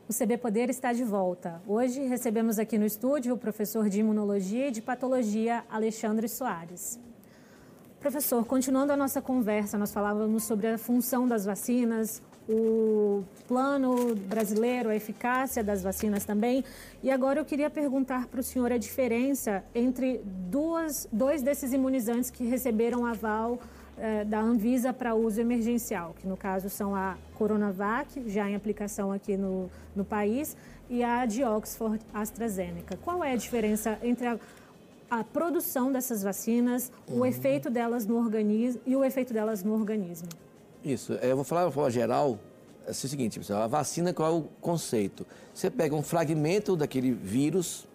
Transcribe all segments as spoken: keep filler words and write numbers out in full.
O C B Poder está de volta. Hoje recebemos aqui no estúdio o professor de Imunologia e de Patologia, Alexandre Soares. Professor, continuando a nossa conversa, nós falávamos sobre a função das vacinas, o plano brasileiro, a eficácia das vacinas também. E agora eu queria perguntar para o senhor a diferença entre duas, dois desses imunizantes que receberam aval eh, da Anvisa para uso emergencial, que no caso são a Coronavac, já em aplicação aqui no, no país, e a de Oxford AstraZeneca. Qual é a diferença entre a, a produção dessas vacinas, uhum. o efeito delas no organismo e o efeito delas no organismo? Isso, eu vou falar de uma forma geral, é o seguinte, pessoal, a vacina, qual é o conceito? Você pega um fragmento daquele vírus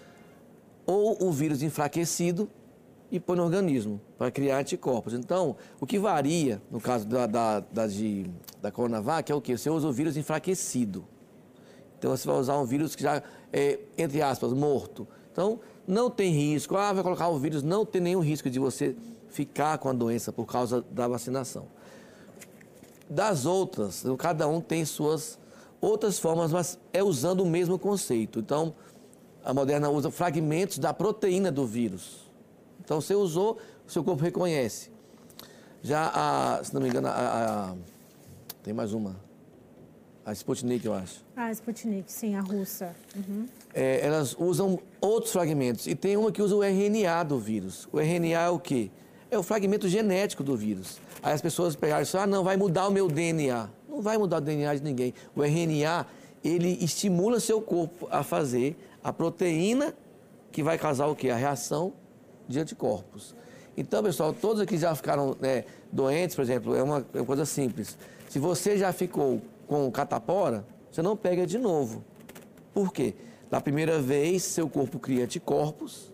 ou o vírus enfraquecido e põe no organismo para criar anticorpos. Então, o que varia, no caso da, da, da, de, da Coronavac, é o quê? Você usa o vírus enfraquecido. Então, você vai usar um vírus que já é, entre aspas, morto. Então, não tem risco. Ah, vai colocar o vírus, não tem nenhum risco de você ficar com a doença por causa da vacinação. Das outras, cada um tem suas outras formas, mas é usando o mesmo conceito. Então, a Moderna usa fragmentos da proteína do vírus. Então, você usou, o seu corpo reconhece. Já a, se não me engano, a, a, tem mais uma, a Sputnik, eu acho. Ah, a Sputnik, sim, a russa. Uhum. É, elas usam outros fragmentos. E tem uma que usa o R N A do vírus. O R N A é o quê? É o fragmento genético do vírus. Aí as pessoas pegaram e disseram, ah, não, vai mudar o meu D N A. Não vai mudar o D N A de ninguém. O R N A, ele estimula seu corpo a fazer a proteína que vai causar o quê? A reação de anticorpos. Então, pessoal, todos aqui já ficaram né, doentes, por exemplo, é uma, é uma coisa simples. Se você já ficou com catapora, você não pega de novo. Por quê? Da primeira vez, seu corpo cria anticorpos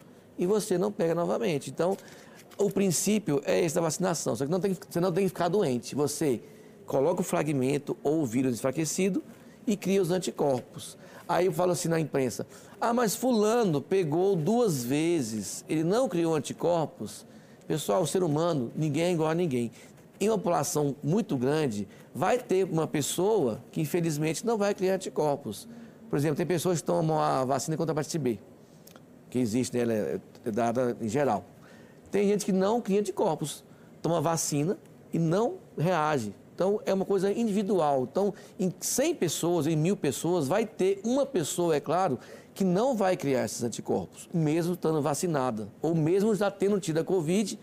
e você não pega novamente. Então, o princípio é esse da vacinação, só que não tem, você não tem que ficar doente. Você coloca o fragmento ou o vírus enfraquecido e cria os anticorpos. Aí eu falo assim na imprensa, ah, mas fulano pegou duas vezes, ele não criou anticorpos. Pessoal, o ser humano, ninguém é igual a ninguém. Em uma população muito grande, vai ter uma pessoa que infelizmente não vai criar anticorpos. Por exemplo, tem pessoas que tomam a vacina contra a hepatite B, que existe, né, ela é dada em geral. Tem gente que não cria anticorpos, toma vacina e não reage. Então, é uma coisa individual. Então, em cem pessoas, em mil pessoas, vai ter uma pessoa, é claro, que não vai criar esses anticorpos, mesmo estando vacinada. Ou mesmo já tendo tido a Covid,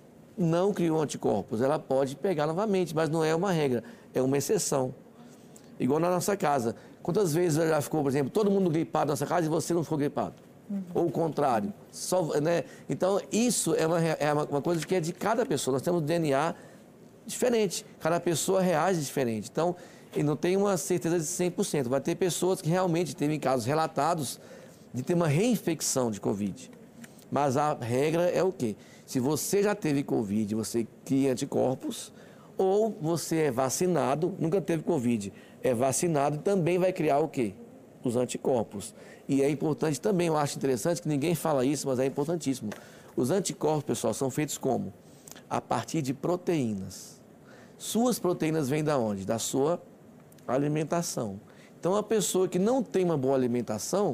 não criou anticorpos. Ela pode pegar novamente, mas não é uma regra, é uma exceção. Igual na nossa casa. Quantas vezes já ficou, por exemplo, todo mundo gripado na nossa casa e você não ficou gripado? Uhum. Ou o contrário. Só, né? Então, isso é, uma, é uma coisa que é de cada pessoa. Nós temos D N A diferente. Cada pessoa reage diferente. Então, ele não tem uma certeza de cem por cento. Vai ter pessoas que realmente teve casos relatados de ter uma reinfecção de Covid. Mas a regra é o quê? Se você já teve Covid, você cria anticorpos, ou você é vacinado, nunca teve Covid, é vacinado e também vai criar o quê? Os anticorpos. E é importante também, eu acho interessante, que ninguém fala isso, mas é importantíssimo. Os anticorpos, pessoal, são feitos como? A partir de proteínas. Suas proteínas vêm da onde? Da sua alimentação. Então, a pessoa que não tem uma boa alimentação,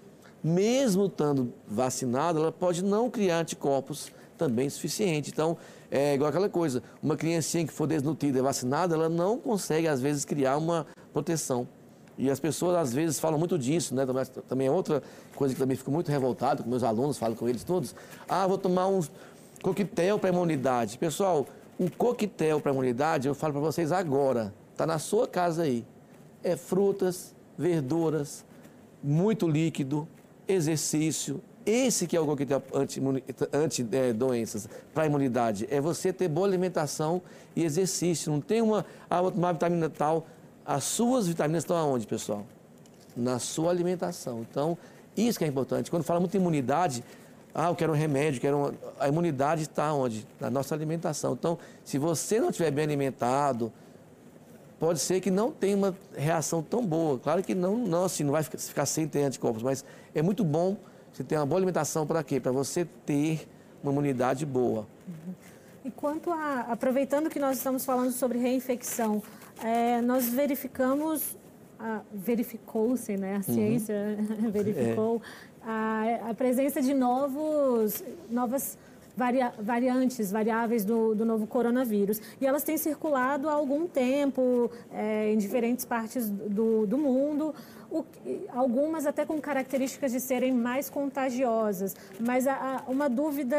mesmo estando vacinada, ela pode não criar anticorpos também suficiente. Então, é igual aquela coisa, uma criancinha que for desnutrida e vacinada, ela não consegue, às vezes, criar uma proteção. E as pessoas, às vezes, falam muito disso, né? Também é outra coisa que também fico muito revoltado com meus alunos, falo com eles todos. Ah, vou tomar um coquetel para imunidade. Pessoal, o coquetel para imunidade, eu falo para vocês agora, está na sua casa aí. É frutas, verduras, muito líquido, exercício. Esse que é o coquetel anti-doenças anti, é, para imunidade. É você ter boa alimentação e exercício. Não tem uma, ah, vou tomar vitamina tal. As suas vitaminas estão aonde, pessoal? Na sua alimentação. Então, isso que é importante. Quando fala muito em imunidade, ah, eu quero um remédio, quero uma... a imunidade está onde? Na nossa alimentação. Então, se você não estiver bem alimentado, pode ser que não tenha uma reação tão boa. Claro que não, não, assim, não vai ficar sem ter anticorpos, mas é muito bom você ter uma boa alimentação para quê? Para você ter uma imunidade boa. Uhum. E quanto a, aproveitando que nós estamos falando sobre reinfecção, é, nós verificamos verificou-se, né? A ciência uhum. verificou é. a, a presença de novos, novas varia, variantes, variáveis do, do novo coronavírus. E elas têm circulado há algum tempo é, em diferentes partes do, do mundo, o, algumas até com características de serem mais contagiosas. Mas a, a, uma dúvida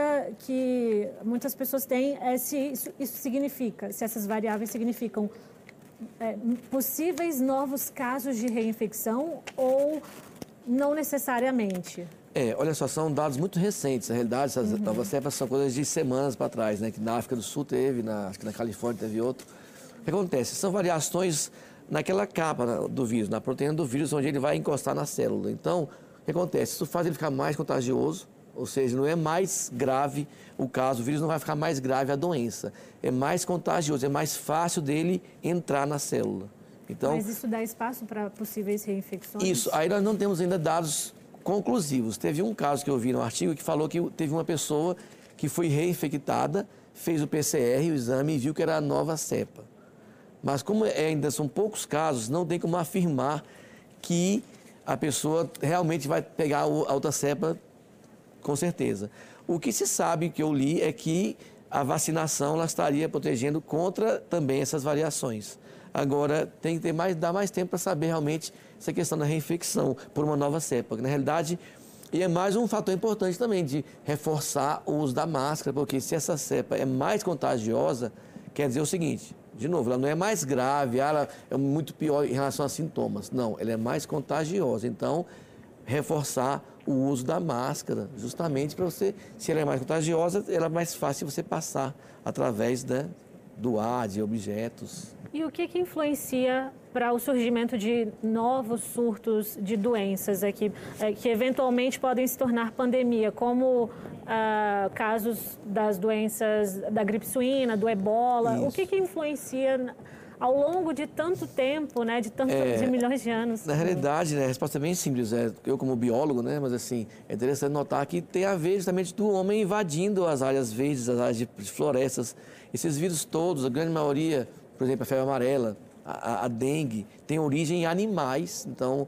que muitas pessoas têm é se isso, isso significa, se essas variáveis significam É, possíveis novos casos de reinfecção ou não necessariamente? É, olha só, são dados muito recentes. Na realidade, essas uhum. novas cepas são coisas de semanas para trás, né? Que na África do Sul teve, na, acho que na Califórnia teve outro. O que acontece? São variações naquela capa do vírus, na proteína do vírus, onde ele vai encostar na célula. Então, o que acontece? Isso faz ele ficar mais contagioso, ou seja, não é mais grave o caso, o vírus não vai ficar mais grave a doença. É mais contagioso, é mais fácil dele entrar na célula. Então, mas isso dá espaço para possíveis reinfecções? Isso, aí nós não temos ainda dados conclusivos. Teve um caso que eu vi no artigo que falou que teve uma pessoa que foi reinfectada, fez o P C R, o exame, e viu que era a nova cepa. Mas como ainda são poucos casos, não tem como afirmar que a pessoa realmente vai pegar a outra cepa com certeza. O que se sabe, que eu li, é que a vacinação ela estaria protegendo contra também essas variações. Agora, tem que ter mais, dar mais tempo para saber realmente essa questão da reinfecção por uma nova cepa. Na realidade, e é mais um fator importante também de reforçar o uso da máscara, porque se essa cepa é mais contagiosa, quer dizer o seguinte, de novo, ela não é mais grave, ela é muito pior em relação a sintomas. Não, ela é mais contagiosa. Então, reforçar o uso da máscara, justamente para você, se ela é mais contagiosa, ela é mais fácil você passar através, né, do ar, de objetos. E o que, que influencia para o surgimento de novos surtos de doenças aqui, é, que eventualmente podem se tornar pandemia, como ah, casos das doenças da gripe suína, do ebola? Isso. O que, que influencia ao longo de tanto tempo, né, de tantos é, de milhões de anos? Na realidade, né, a resposta é bem simples. É, eu como biólogo, né, mas assim, é interessante notar que tem a ver justamente do homem invadindo as áreas verdes, as áreas de florestas. Esses vírus todos, a grande maioria, por exemplo, a febre amarela, a, a dengue, tem origem em animais, então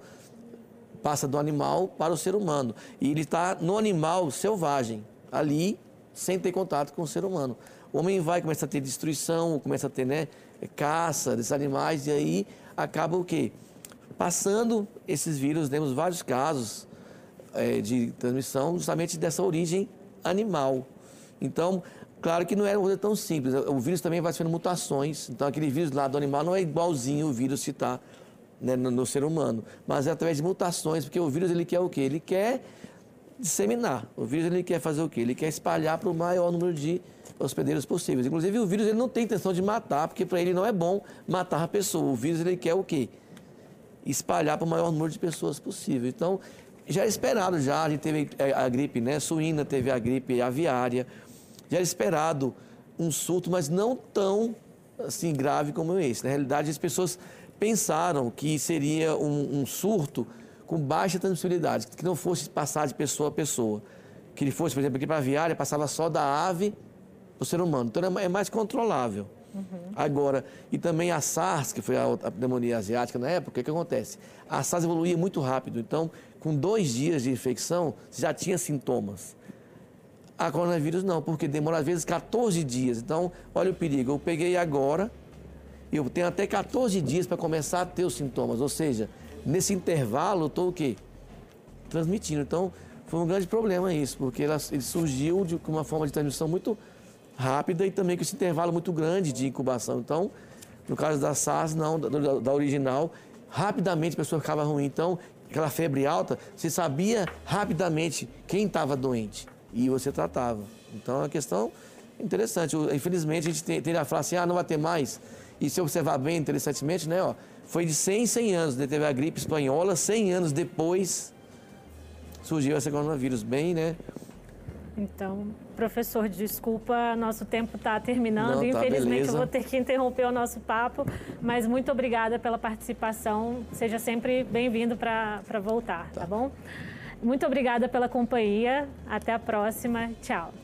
passa do animal para o ser humano. E ele está no animal selvagem, ali, sem ter contato com o ser humano. O homem vai, começa a ter destruição, começa a ter, né, caça desses animais, e aí acaba o quê? Passando esses vírus, temos vários casos é, de transmissão justamente dessa origem animal. Então, claro que não é uma coisa tão simples, o vírus também vai sofrendo mutações, então aquele vírus lá do animal não é igualzinho o vírus que está, né, no, no ser humano, mas é através de mutações, porque o vírus ele quer o quê? Ele quer disseminar, o vírus ele quer fazer o quê? Ele quer espalhar para o maior número de hospedeiros possíveis. Inclusive, o vírus ele não tem intenção de matar, porque para ele não é bom matar a pessoa. O vírus ele quer o quê? Espalhar para o maior número de pessoas possível. Então, já era esperado já, a gente teve a gripe, né, suína, teve a gripe aviária, já era esperado um surto, mas não tão assim grave como esse. Na realidade, as pessoas pensaram que seria um, um surto com baixa transmissibilidade, que não fosse passar de pessoa a pessoa. Que ele fosse, por exemplo, a gripe aviária, passava só da ave o ser humano, então é mais controlável. Uhum. Agora, e também a SARS, que foi a, a pneumonia asiática na época, o que, que acontece? A SARS evoluía muito rápido, então, com dois dias de infecção, já tinha sintomas. A coronavírus não, porque demora às vezes quatorze dias, então, olha o perigo, eu peguei agora, eu tenho até quatorze dias para começar a ter os sintomas, ou seja, nesse intervalo eu estou o quê? Transmitindo, então, foi um grande problema isso, porque ela, ele surgiu de uma forma de transmissão muito rápida e também com esse intervalo muito grande de incubação. Então, no caso da SARS, não, da, da original, rapidamente a pessoa ficava ruim. Então, aquela febre alta, você sabia rapidamente quem estava doente e você tratava. Então, é uma questão interessante. Infelizmente, a gente tem, tem a falar assim, ah, não vai ter mais. E se observar bem, interessantemente, né, ó, foi de cem em cem anos, né, teve a gripe espanhola, cem anos depois surgiu esse coronavírus, bem, né? Então, professor, desculpa, nosso tempo está terminando. Não, tá, infelizmente beleza. Eu vou ter que interromper o nosso papo, mas muito obrigada pela participação. Seja sempre bem-vindo para voltar, tá. Tá bom? Muito obrigada pela companhia. Até a próxima. Tchau.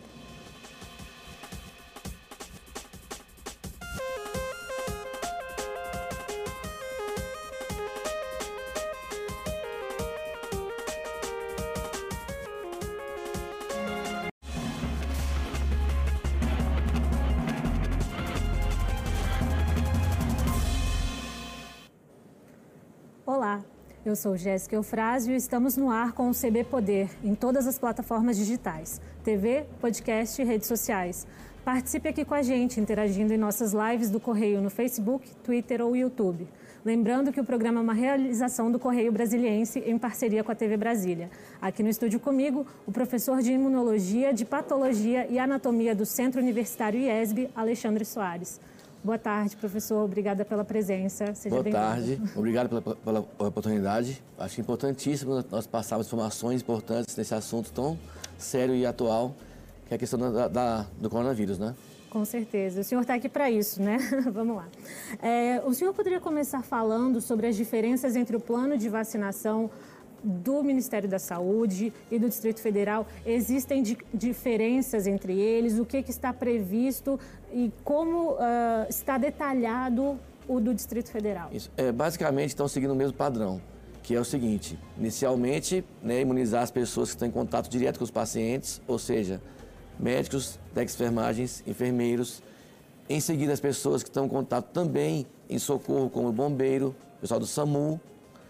Eu sou Jéssica Eufrásio e estamos no ar com o C B Poder, em todas as plataformas digitais, T V, podcast e redes sociais. Participe aqui com a gente, interagindo em nossas lives do Correio no Facebook, Twitter ou YouTube. Lembrando que o programa é uma realização do Correio Brasiliense em parceria com a T V Brasília. Aqui no estúdio comigo, o professor de Imunologia, de Patologia e Anatomia do Centro Universitário I E S B, Alexandre Soares. Boa tarde, professor. Obrigada pela presença. Seja Boa bem-vindo. tarde. Obrigado pela, pela oportunidade. Acho que é importantíssimo nós passarmos informações importantes nesse assunto tão sério e atual, que é a questão da, da, do coronavírus, né? Com certeza. O senhor está aqui para isso, né? Vamos lá. É, o senhor poderia começar falando sobre as diferenças entre o plano de vacinação do Ministério da Saúde e do Distrito Federal? Existem di diferenças entre eles? O que, que está previsto e como uh, está detalhado o do Distrito Federal? Isso. É, basicamente, estão seguindo o mesmo padrão, que é o seguinte: inicialmente, né, imunizar as pessoas que estão em contato direto com os pacientes, ou seja, médicos, técnicos de enfermagens, enfermeiros. Em seguida, as pessoas que estão em contato também em socorro, como o bombeiro, o pessoal do SAMU.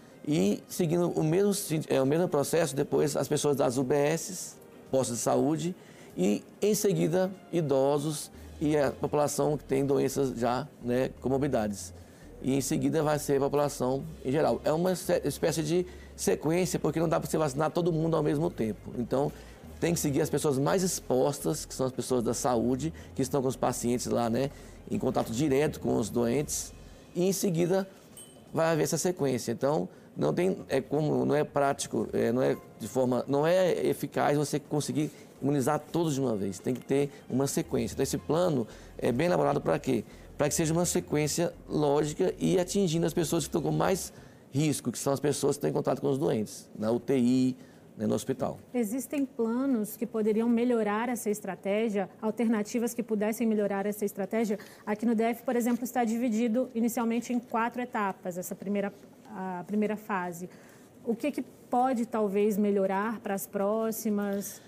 E seguindo o mesmo, é, o mesmo processo, depois as pessoas das U B Ss, postos de saúde, e em seguida idosos e a população que tem doenças já, né, comorbidades. E em seguida vai ser a população em geral. É uma espécie de sequência, porque não dá para você vacinar todo mundo ao mesmo tempo. Então, tem que seguir as pessoas mais expostas, que são as pessoas da saúde, que estão com os pacientes lá, né, em contato direto com os doentes. E em seguida vai haver essa sequência. Então, não tem, é como, não é prático, é, não é de forma, não é eficaz você conseguir imunizar todos de uma vez. Tem que ter uma sequência. Então, esse plano é bem elaborado para quê? Para que seja uma sequência lógica e atingindo as pessoas que estão com mais risco, que são as pessoas que estão em contato com os doentes, na U T I, né, no hospital. Existem planos que poderiam melhorar essa estratégia, alternativas que pudessem melhorar essa estratégia? Aqui no D F, por exemplo, está dividido inicialmente em quatro etapas, essa primeira, a primeira fase. O que, que pode, talvez, melhorar para as próximas?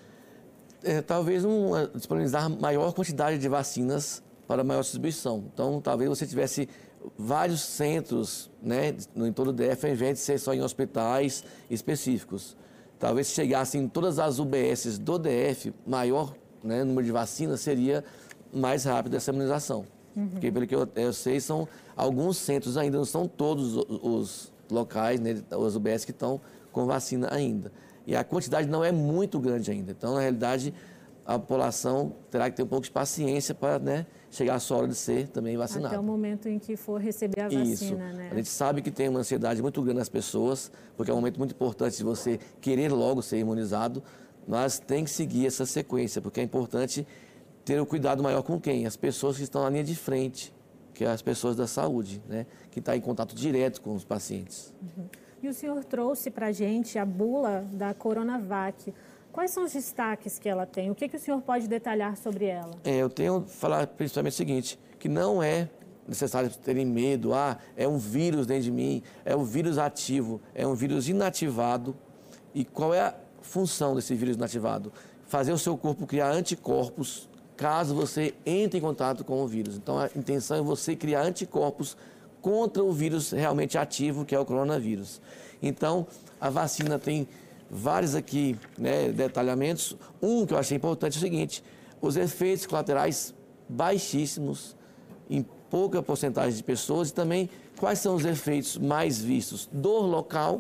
É, talvez um, disponibilizar maior quantidade de vacinas para maior distribuição. Então, talvez você tivesse vários centros, né, no entorno do D F, ao invés de ser só em hospitais específicos. Talvez se chegasse em todas as U B Ss do D F, maior, né, número de vacinas, seria mais rápido essa imunização. Uhum. Porque, pelo que eu, eu sei, são alguns centros ainda, não são todos os, os locais, né, as U B Ss que estão com vacina ainda. E a quantidade não é muito grande ainda. Então, na realidade, a população terá que ter um pouco de paciência para, né, chegar a sua hora de ser também vacinada. Até o momento em que for receber a vacina, Isso. Né? A gente sabe que tem uma ansiedade muito grande nas pessoas, porque é um momento muito importante de você querer logo ser imunizado, mas tem que seguir essa sequência, porque é importante ter o cuidado maior com quem? As pessoas que estão na linha de frente, que é as pessoas da saúde, né, que estão em contato direto com os pacientes. Uhum. E o senhor trouxe para a gente a bula da Coronavac. Quais são os destaques que ela tem? O que, que o senhor pode detalhar sobre ela? É, eu tenho que falar principalmente o seguinte, que não é necessário terem medo, ah, é um vírus dentro de mim, é um vírus ativo, é um vírus inativado. E qual é a função desse vírus inativado? Fazer o seu corpo criar anticorpos caso você entre em contato com o vírus. Então, a intenção é você criar anticorpos contra o vírus realmente ativo, que é o coronavírus. Então, a vacina tem vários aqui, né, detalhamentos. Um que eu achei importante é o seguinte: os efeitos colaterais baixíssimos em pouca porcentagem de pessoas, e também quais são os efeitos mais vistos: dor local,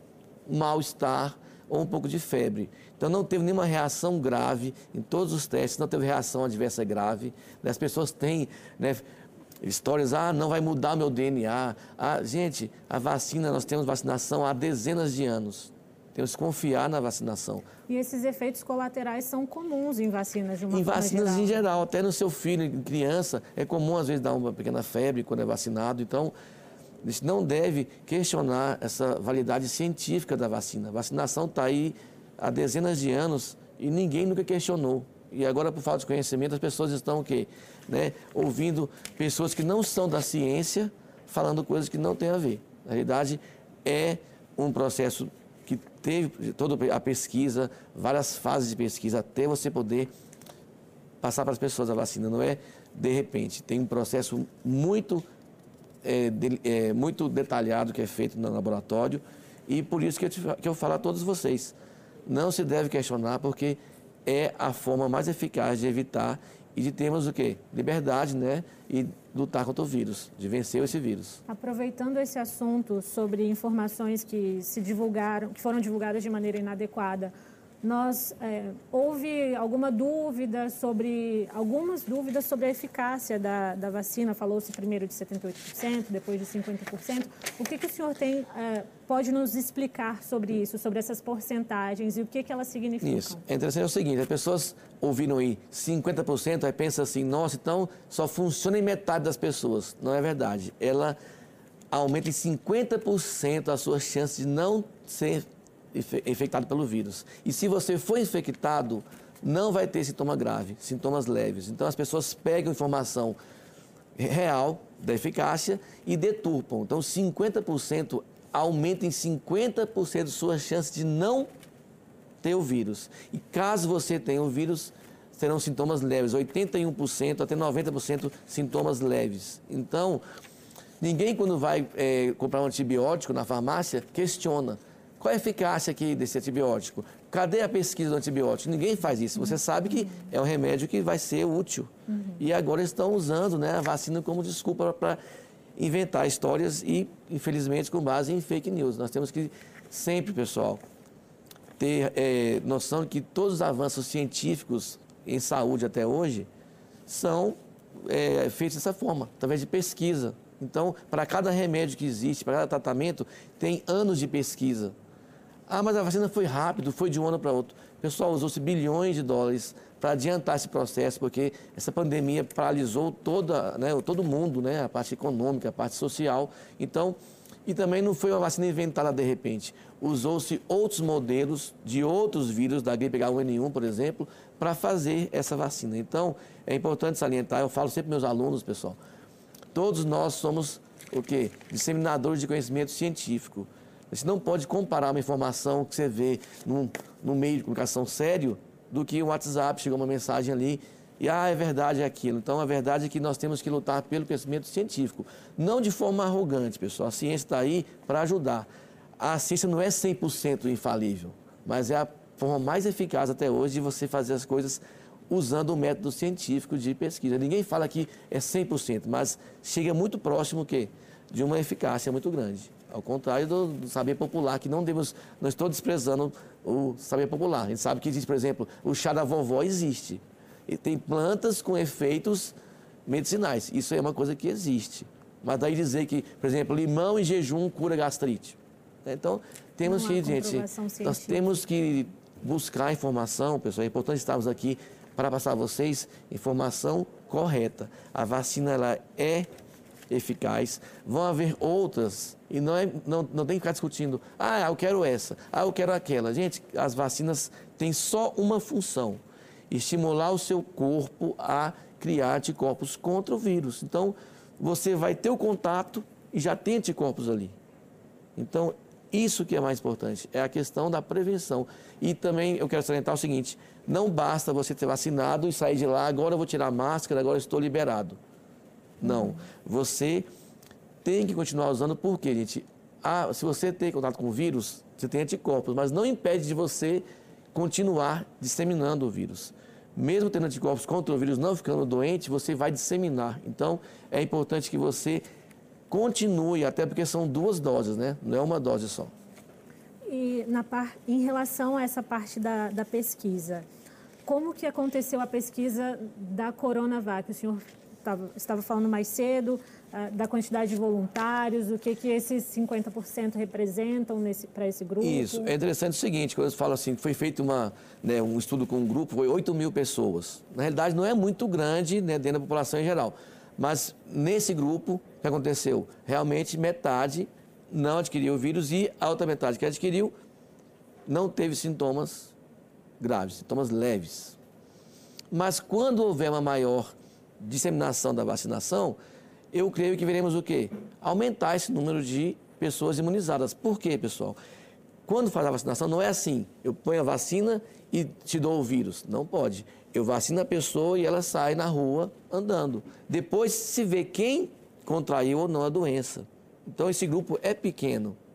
mal-estar ou um pouco de febre. Então não teve nenhuma reação grave em todos os testes, não teve reação adversa grave. As pessoas têm, né, histórias, ah, não vai mudar meu D N A. Ah, gente, a vacina, nós temos vacinação há dezenas de anos. Temos que confiar na vacinação. E esses efeitos colaterais são comuns em vacinas de uma Em forma vacinas geral. em geral, até no seu filho, em criança, é comum às vezes dar uma pequena febre quando é vacinado. Então, a gente não deve questionar essa validade científica da vacina. A vacinação está aí há dezenas de anos e ninguém nunca questionou. E agora, por falta de conhecimento, as pessoas estão o quê? Né? Ouvindo pessoas que não são da ciência falando coisas que não têm a ver. Na realidade, é um processo que teve toda a pesquisa, várias fases de pesquisa, até você poder passar para as pessoas a vacina. Não é de repente, tem um processo muito, é, de, é, muito detalhado que é feito no laboratório E por isso que eu, te, que eu falo a todos vocês, não se deve questionar, porque é a forma mais eficaz de evitar e de termos o quê? Liberdade, né? E lutar contra o vírus, de vencer esse vírus. Aproveitando esse assunto sobre informações que se divulgaram, que foram divulgadas de maneira inadequada, nós é, houve alguma dúvida sobre, algumas dúvidas sobre a eficácia da, da vacina, falou-se primeiro de setenta e oito por cento, depois de cinquenta por cento. O que, que o senhor tem, é, pode nos explicar sobre isso, sobre essas porcentagens e o que, que elas significam? Isso, é interessante é o seguinte, as pessoas ouviram aí cinquenta por cento, aí pensam assim, nossa, então só funciona em metade das pessoas. Não é verdade, ela aumenta em cinquenta por cento a sua chance de não ser infectado pelo vírus. E se você for infectado, não vai ter sintoma grave, sintomas leves. Então, as pessoas pegam informação real da eficácia e deturpam. Então, cinquenta por cento aumenta em cinquenta por cento suas chances de não ter o vírus. E caso você tenha o vírus, serão sintomas leves, oitenta e um por cento até noventa por cento sintomas leves. Então, ninguém quando vai é, comprar um antibiótico na farmácia, questiona. Qual é a eficácia aqui desse antibiótico? Cadê a pesquisa do antibiótico? Ninguém faz isso. Você sabe que é um remédio que vai ser útil. Uhum. E agora estão usando, né, a vacina como desculpa para inventar histórias e, infelizmente, com base em fake news. Nós temos que sempre, pessoal, ter é, noção de que todos os avanços científicos em saúde até hoje são é, feitos dessa forma, através de pesquisa. Então, para cada remédio que existe, para cada tratamento, tem anos de pesquisa. Ah, mas a vacina foi rápido, foi de um ano para outro. Pessoal, usou-se bilhões de dólares para adiantar esse processo, porque essa pandemia paralisou toda, né, todo mundo, né, a parte econômica, a parte social. Então, e também não foi uma vacina inventada de repente. Usou-se outros modelos de outros vírus, da gripe H um N um, por exemplo, para fazer essa vacina. Então, é importante salientar, eu falo sempre para meus alunos, pessoal, todos nós somos o quê? Disseminadores de conhecimento científico. Você não pode comparar uma informação que você vê num, num meio de comunicação sério do que um WhatsApp, chegou uma mensagem ali e, ah, é verdade é aquilo. Então, a verdade é que nós temos que lutar pelo conhecimento científico. Não de forma arrogante, pessoal. A ciência está aí para ajudar. A ciência não é cem por cento infalível, mas é a forma mais eficaz até hoje de você fazer as coisas usando o método científico de pesquisa. Ninguém fala que é cem por cento, mas chega muito próximo o quê? De uma eficácia muito grande. Ao contrário do, do saber popular, que não devemos, não estou desprezando o saber popular. A gente sabe que existe, por exemplo, o chá da vovó existe. E tem plantas com efeitos medicinais. Isso é uma coisa que existe. Mas daí dizer que, por exemplo, limão em jejum cura gastrite. Então, temos não que, gente, nós temos que buscar informação, pessoal. É importante estarmos aqui para passar a vocês informação correta. A vacina, ela é eficaz, vão haver outras e não, é, não, não tem que ficar discutindo, ah, eu quero essa, ah, eu quero aquela. Gente, as vacinas têm só uma função, estimular o seu corpo a criar anticorpos contra o vírus. Então, você vai ter o contato e já tem anticorpos ali. Então, isso que é mais importante, é a questão da prevenção. E também eu quero salientar o seguinte, não basta você ter vacinado e sair de lá, agora eu vou tirar a máscara, agora eu estou liberado. Não, você tem que continuar usando, porque, gente, ah, se você tem contato com o vírus, você tem anticorpos, mas não impede de você continuar disseminando o vírus. Mesmo tendo anticorpos contra o vírus, não ficando doente, você vai disseminar. Então, é importante que você continue, até porque são duas doses, né? Não é uma dose só. E na par... em relação a essa parte da, da pesquisa, como que aconteceu a pesquisa da Coronavac? O senhor Estava, estava falando mais cedo uh, da quantidade de voluntários, o que, que esses cinquenta por cento representam para esse grupo? Isso, é interessante o seguinte, quando eu falo assim, foi feito uma, né, um estudo com um grupo, foi oito mil pessoas. Na realidade, não é muito grande, né, dentro da população em geral, mas nesse grupo, o que aconteceu? Realmente, metade não adquiriu o vírus e a outra metade que adquiriu não teve sintomas graves, sintomas leves. Mas quando houver uma maior disseminação da vacinação, eu creio que veremos o quê? Aumentar esse número de pessoas imunizadas. Por quê, pessoal? Quando faz a vacinação, não é assim, eu ponho a vacina e te dou o vírus. Não pode. Eu vacino a pessoa e ela sai na rua andando. Depois se vê quem contraiu ou não a doença. Então, esse grupo é pequeno.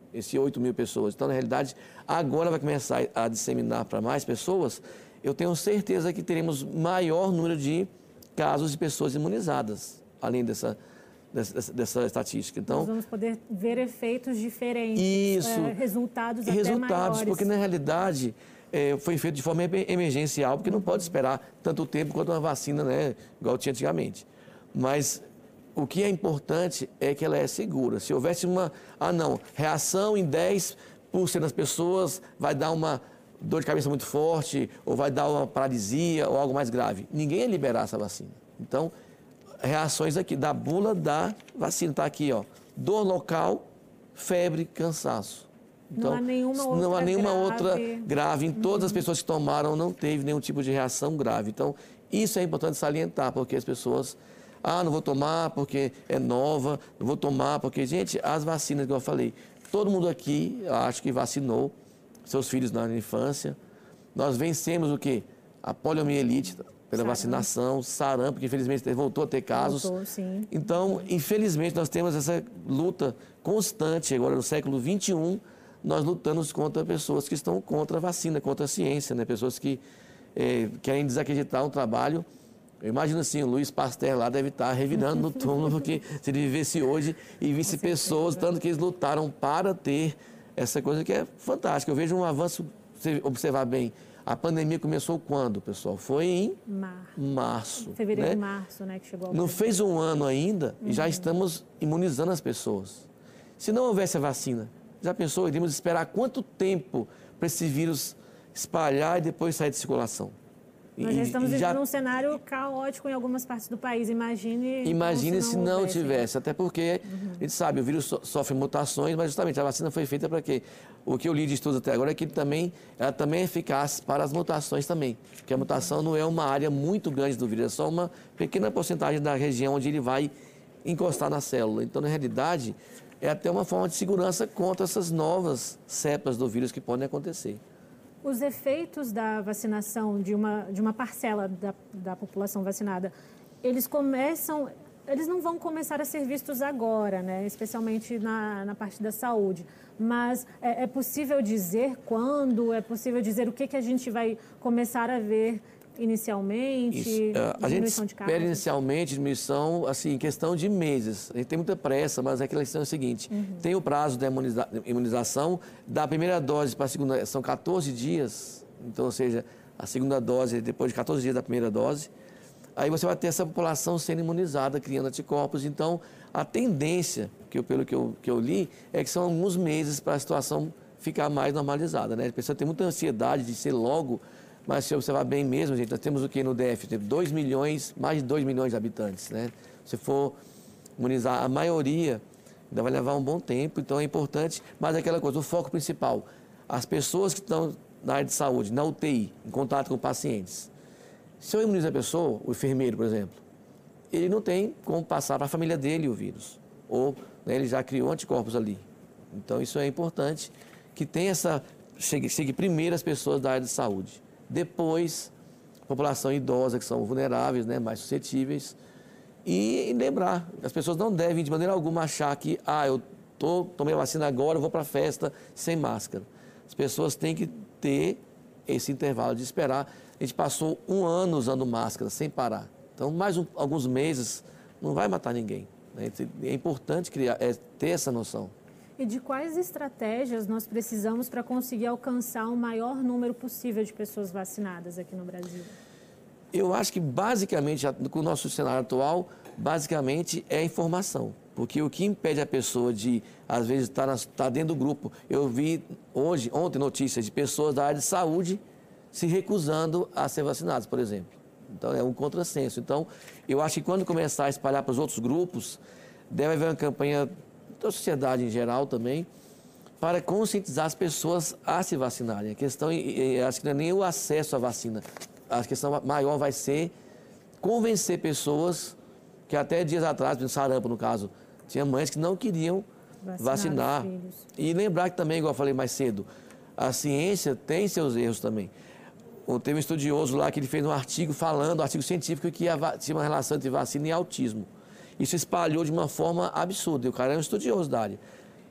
Esses oito mil pessoas. Então, na realidade, agora vai começar a disseminar para mais pessoas. Eu tenho certeza que teremos maior número de casos de pessoas imunizadas, além dessa, dessa, dessa estatística. Então, nós vamos poder ver efeitos diferentes, isso, é, resultados até resultados, maiores. Porque, na realidade, é, foi feito de forma emergencial, porque não pode esperar tanto tempo quanto uma vacina, né, igual tinha antigamente. Mas o que é importante é que ela é segura. Se houvesse uma, ah não, reação em dez por cento das pessoas vai dar uma dor de cabeça muito forte, ou vai dar uma paralisia, ou algo mais grave. Ninguém ia liberar essa vacina. Então, reações aqui da bula da vacina, está aqui, ó, dor local, febre, cansaço. Então, não há nenhuma outra não há nenhuma grave. outra grave. Em todas uhum. as pessoas que tomaram, não teve nenhum tipo de reação grave. Então, isso é importante salientar, porque as pessoas... Ah, não vou tomar porque é nova, não vou tomar porque... Gente, as vacinas que eu falei, todo mundo aqui, eu acho que vacinou seus filhos na infância. Nós vencemos o quê? A poliomielite pela sarampo. vacinação, sarampo, que infelizmente voltou a ter casos. Voltou, sim. Então, infelizmente, nós temos essa luta constante agora no século vinte e um, nós lutamos contra pessoas que estão contra a vacina, contra a ciência, né? Pessoas que eh, querem desacreditar um trabalho. Eu imagino assim, o Luiz Pasteur lá deve estar revirando no túmulo, porque se ele vivesse hoje e visse pessoas, tanto que eles lutaram para ter essa coisa que é fantástica. Eu vejo um avanço, se observar bem, a pandemia começou quando, pessoal? Foi em Mar. março. Fevereiro e né? março, né, que chegou ao Não Brasil. fez um ano ainda uhum. e já estamos imunizando as pessoas. Se não houvesse a vacina, já pensou, iríamos esperar quanto tempo para esse vírus espalhar e depois sair de circulação? Nós já estamos já... vivendo um cenário caótico em algumas partes do país. Imagine, Imagine se se não, não houvesse. tivesse, até porque uhum. a gente sabe, o vírus so, sofre mutações, mas justamente a vacina foi feita para quê? O que eu li de estudos até agora é que ele também, ela também é eficaz para as mutações também, porque a mutação não é uma área muito grande do vírus, é só uma pequena porcentagem da região onde ele vai encostar na célula. Então, na realidade, é até uma forma de segurança contra essas novas cepas do vírus que podem acontecer. Os efeitos da vacinação de uma, de uma parcela da, da população vacinada, eles começam, eles não vão começar a ser vistos agora, né? Especialmente na, na parte da saúde. Mas é, é possível dizer quando, é possível dizer o que, que a gente vai começar a ver inicialmente? Isso. A gente espera inicialmente diminuição, assim, em questão de meses. A gente tem muita pressa, mas é aquela questão é a seguinte, uhum. tem o prazo da imuniza imunização, da primeira dose para a segunda, são quatorze dias, então, ou seja, a segunda dose depois de quatorze dias da primeira dose, aí você vai ter essa população sendo imunizada, criando anticorpos. Então, a tendência, que eu, pelo que eu, que eu li, é que são alguns meses para a situação ficar mais normalizada, né? A pessoa tem muita ansiedade de ser logo. Mas se observar bem mesmo, gente, nós temos o que no D F? Temos dois milhões, mais de dois milhões de habitantes, né? Se for imunizar a maioria, ainda vai levar um bom tempo, então é importante. Mas aquela coisa, o foco principal, as pessoas que estão na área de saúde, na U T I, em contato com pacientes. Se eu imunizo a pessoa, o enfermeiro, por exemplo, ele não tem como passar para a família dele o vírus. Ou né, ele já criou anticorpos ali. Então isso é importante, que tenha essa... Chegue, chegue primeiro as pessoas da área de saúde. Depois, a população idosa, que são vulneráveis, né, mais suscetíveis. E, e lembrar, as pessoas não devem, de maneira alguma, achar que, ah, eu tô, tomei a vacina agora, eu vou para a festa sem máscara. As pessoas têm que ter esse intervalo de esperar. A gente passou um ano usando máscara, sem parar. Então, mais um, alguns meses, não vai matar ninguém. Né? É importante criar, é, ter essa noção. E de quais estratégias nós precisamos para conseguir alcançar o maior número possível de pessoas vacinadas aqui no Brasil? Eu acho que, basicamente, com o nosso cenário atual, basicamente é a informação. Porque o que impede a pessoa de, às vezes, estar, na, estar dentro do grupo... Eu vi hoje, ontem, notícias de pessoas da área de saúde se recusando a ser vacinadas, por exemplo. Então, é um contrassenso. Então, eu acho que quando começar a espalhar para os outros grupos, deve haver uma campanha... da sociedade em geral também, para conscientizar as pessoas a se vacinarem. A questão, acho que não é nem o acesso à vacina, a questão maior vai ser convencer pessoas que até dias atrás, no sarampo no caso, tinha mães que não queriam vacinar. vacinar. E lembrar que também, igual eu falei mais cedo, a ciência tem seus erros também. Teve um estudioso lá que ele fez um artigo falando, um artigo científico, que tinha uma relação entre vacina e autismo. Isso espalhou de uma forma absurda, e o cara é um estudioso da área.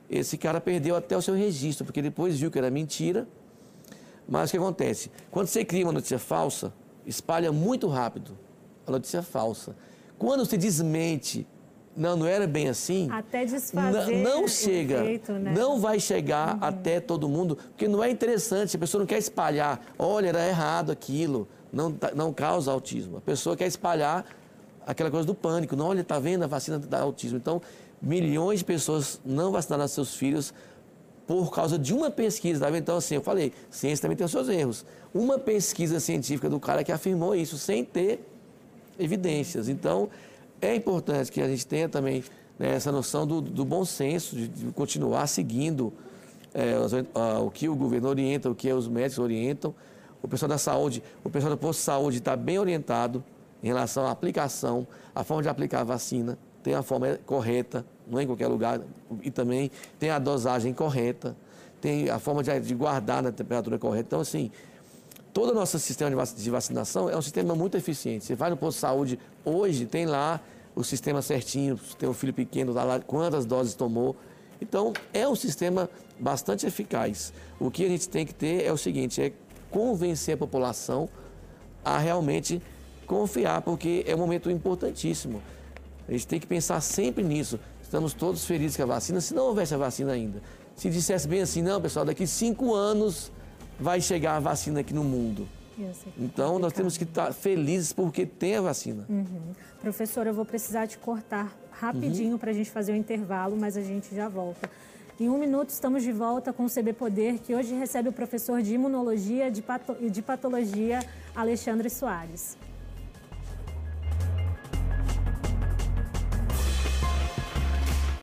esse cara perdeu até o seu registro, porque depois viu que era mentira. Mas o que acontece? Quando você cria uma notícia falsa, espalha muito rápido a notícia falsa. Quando se desmente, não, não era bem assim, até desfazer não chega, efeito, né? não vai chegar uhum. até todo mundo, porque não é interessante, a pessoa não quer espalhar, olha, era errado aquilo, não, não causa autismo. A pessoa quer espalhar aquela coisa do pânico, não, olha, está vendo, a vacina dá autismo. Então, milhões de pessoas não vacinaram seus filhos por causa de uma pesquisa, tá vendo? Então, assim, eu falei, ciência também tem os seus erros. Uma pesquisa científica do cara que afirmou isso sem ter evidências. Então, é importante que a gente tenha também, né, essa noção do, do bom senso, de, de continuar seguindo é, os, a, o que o governo orienta, o que os médicos orientam. O pessoal da saúde, o pessoal do posto de saúde está bem orientado em relação à aplicação, a forma de aplicar a vacina, tem a forma correta, não é em qualquer lugar, e também tem a dosagem correta, tem a forma de, de guardar na temperatura correta. Então, assim, todo o nosso sistema de vacinação é um sistema muito eficiente. Você vai no posto de saúde hoje, tem lá o sistema certinho, tem um filho pequeno, tá lá, quantas doses tomou. Então, é um sistema bastante eficaz. O que a gente tem que ter é o seguinte, é convencer a população a realmente confiar, porque é um momento importantíssimo. A gente tem que pensar sempre nisso. Estamos todos felizes com a vacina, se não houvesse a vacina ainda. Se dissesse bem assim, não, pessoal, daqui cinco anos vai chegar a vacina aqui no mundo. Então, nós temos que estar felizes porque tem a vacina. Uhum. Professora, eu vou precisar te cortar rapidinho uhum. para a gente fazer o intervalo, mas a gente já volta. Em um minuto, estamos de volta com o C B Poder, que hoje recebe o professor de Imunologia e de Patologia, Alexandre Soares.